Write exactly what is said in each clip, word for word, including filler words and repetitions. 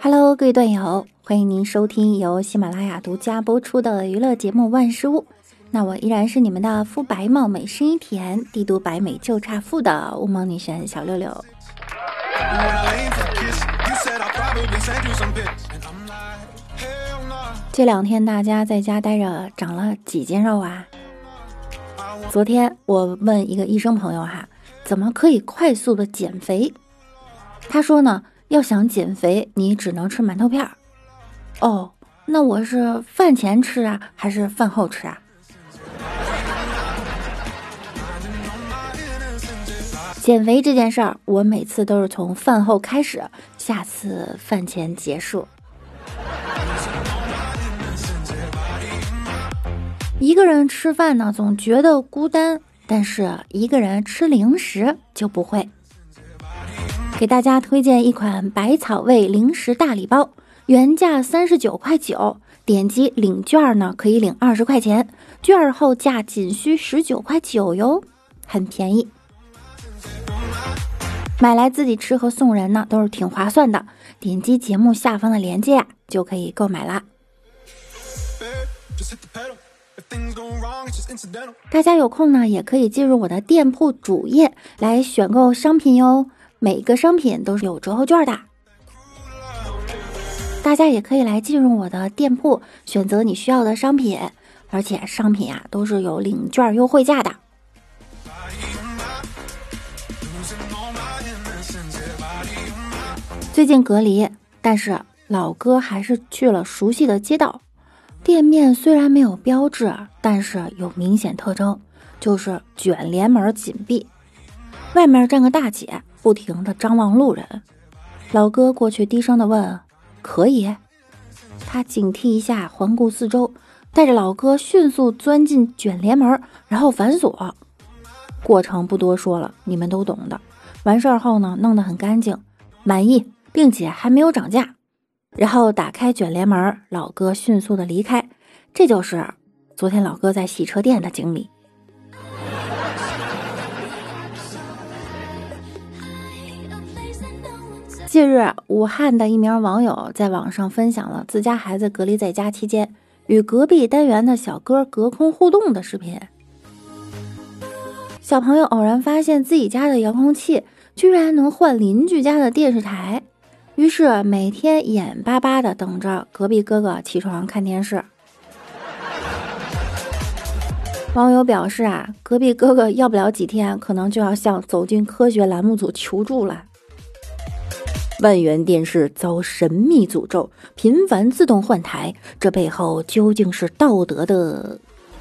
Hello， 各位段友，欢迎您收听由喜马拉雅独家播出的娱乐节目《万事屋》。那我依然是你们的肤白貌美、声音甜、帝都白美就差富的乌蒙女神小六六。这两天大家在家待着，长了几斤肉啊？昨天我问一个医生朋友哈，怎么可以快速的减肥？他说呢，要想减肥，你只能吃馒头片儿。哦，那我是饭前吃啊，还是饭后吃啊？减肥这件事儿，我每次都是从饭后开始，下次饭前结束。一个人吃饭呢，总觉得孤单，但是一个人吃零食就不会。给大家推荐一款百草味零食大礼包，原价三十九块九，点击领券呢可以领二十块钱，券后价仅需十九块九哟，很便宜。买来自己吃和送人呢都是挺划算的，点击节目下方的链接啊就可以购买啦。大家有空呢也可以进入我的店铺主页来选购商品哟，每个商品都是有折后券的。大家也可以来进入我的店铺，选择你需要的商品，而且商品啊都是有领券优惠价的。最近隔离，但是老哥还是去了熟悉的街道。店面虽然没有标志，但是有明显特征，就是卷帘门紧闭，外面站个大姐不停地张望路人。老哥过去低声地问，可以？他警惕一下，环顾四周，带着老哥迅速钻进卷帘门，然后反锁。过程不多说了，你们都懂的。完事儿后呢，弄得很干净，满意，并且还没有涨价。然后打开卷帘门，老哥迅速的离开。这就是昨天老哥在洗车店的经历。近日，武汉的一名网友在网上分享了自家孩子隔离在家期间与隔壁单元的小哥隔空互动的视频。小朋友偶然发现自己家的遥控器居然能换邻居家的电视台，于是每天眼巴巴地等着隔壁哥哥起床看电视。网友表示啊，隔壁哥哥要不了几天，可能就要向走进科学栏目组求助了。万元电视遭神秘诅咒，频繁自动换台，这背后究竟是道德的？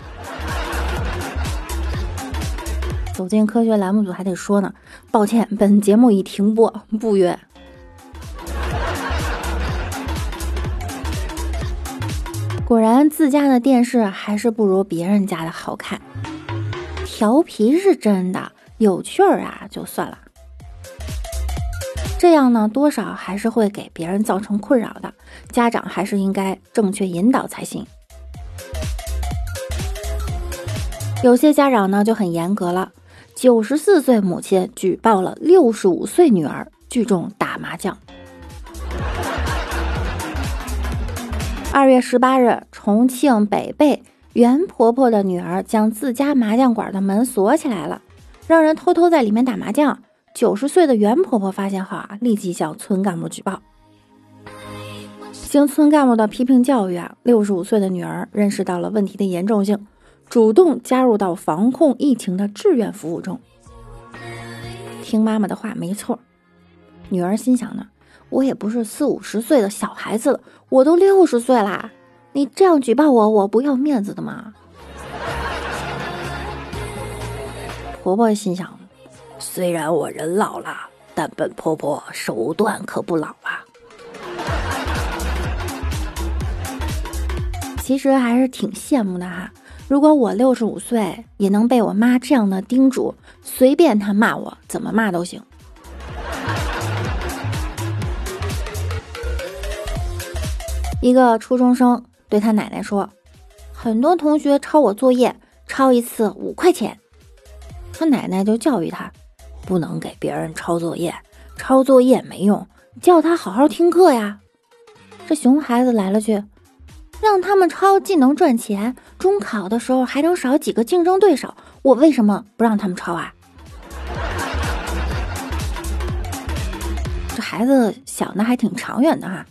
走进科学栏目组还得说呢，抱歉，本节目已停播，不约。果然自家的电视还是不如别人家的好看。调皮是真的，有趣儿啊就算了。这样呢，多少还是会给别人造成困扰的，家长还是应该正确引导才行。有些家长呢就很严格了，九十四岁母亲举报了六十五岁女儿聚众打麻将。二月十八日，重庆北碚袁婆婆的女儿将自家麻将馆的门锁起来了，让人偷偷在里面打麻将。九十岁的袁婆婆发现后啊，立即向村干部举报。经村干部的批评教育啊，六十五岁的女儿认识到了问题的严重性，主动加入到防控疫情的志愿服务中。听妈妈的话没错，女儿心想呢，我也不是四五十岁的小孩子了，我都六十岁啦，你这样举报我，我不要面子的吗？婆婆心想，虽然我人老了，但本婆婆手段可不老啊。其实还是挺羡慕的哈，如果我六十五岁也能被我妈这样的叮嘱，随便她骂我怎么骂都行。一个初中生对他奶奶说，很多同学抄我作业，抄一次五块钱。他奶奶就教育他，不能给别人抄作业，抄作业没用，叫他好好听课呀。 这熊孩子来了句，让他们抄既能赚钱，中考的时候还能少几个竞争对手，我为什么不让他们抄啊？这孩子想的还挺长远的哈。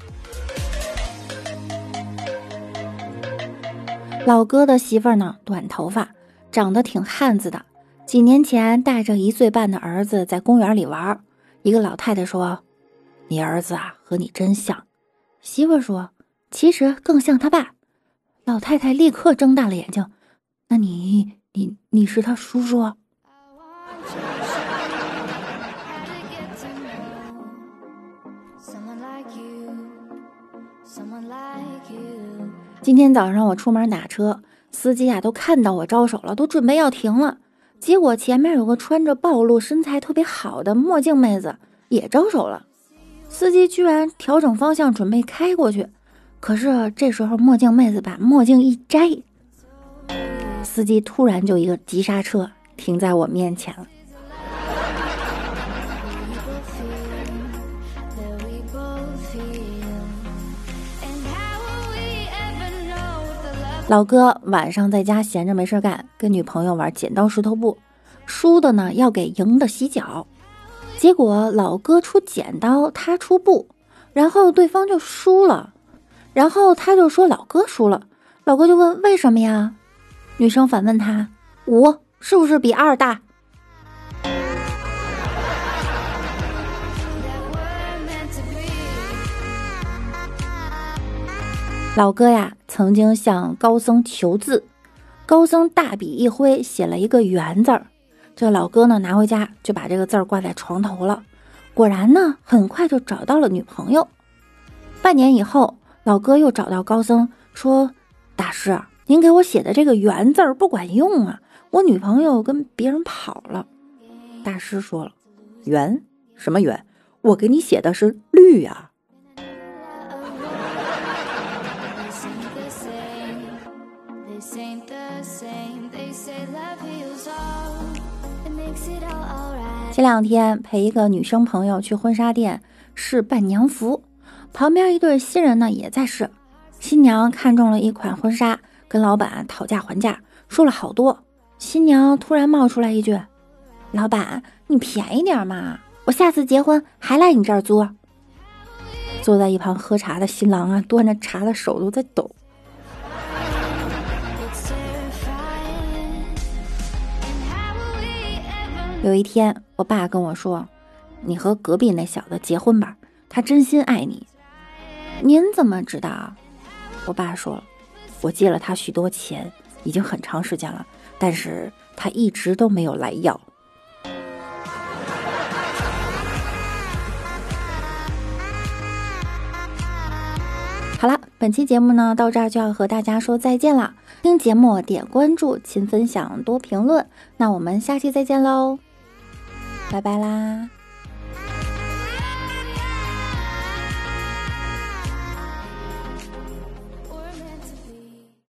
老哥的媳妇儿呢，短头发，长得挺汉子的。几年前带着一岁半的儿子在公园里玩，一个老太太说：“你儿子啊，和你真像。”媳妇儿说：“其实更像他爸。”老太太立刻睁大了眼睛：“那你你你是他叔叔？”今天早上我出门打车，司机啊都看到我招手了，都准备要停了。结果前面有个穿着暴露、身材特别好的墨镜妹子也招手了，司机居然调整方向准备开过去。可是这时候墨镜妹子把墨镜一摘，司机突然就一个急刹车停在我面前了。老哥晚上在家闲着没事干，跟女朋友玩剪刀石头布，输的呢要给赢的洗脚。结果老哥出剪刀，他出布，然后对方就输了，然后他就说老哥输了。老哥就问为什么呀？女生反问他，五是不是比二大？老哥呀曾经向高僧求字，高僧大笔一挥写了一个圆字儿，这老哥呢拿回家就把这个字儿挂在床头了。果然呢很快就找到了女朋友。半年以后，老哥又找到高僧说，大师，您给我写的这个圆字儿不管用啊，我女朋友跟别人跑了。大师说了，圆什么圆？我给你写的是绿啊。前两天陪一个女生朋友去婚纱店试伴娘服，旁边一对新人呢也在试。新娘看中了一款婚纱，跟老板讨价还价，说了好多。新娘突然冒出来一句，老板你便宜点嘛，我下次结婚还来你这儿租。坐在一旁喝茶的新郎啊，端着茶的手都在抖。有一天我爸跟我说，你和隔壁那小子结婚吧，他真心爱你。您怎么知道？我爸说了，我借了他许多钱，已经很长时间了，但是他一直都没有来要。好了，本期节目呢到这儿就要和大家说再见了。听节目点关注，勤分享，多评论。那我们下期再见喽，拜拜啦。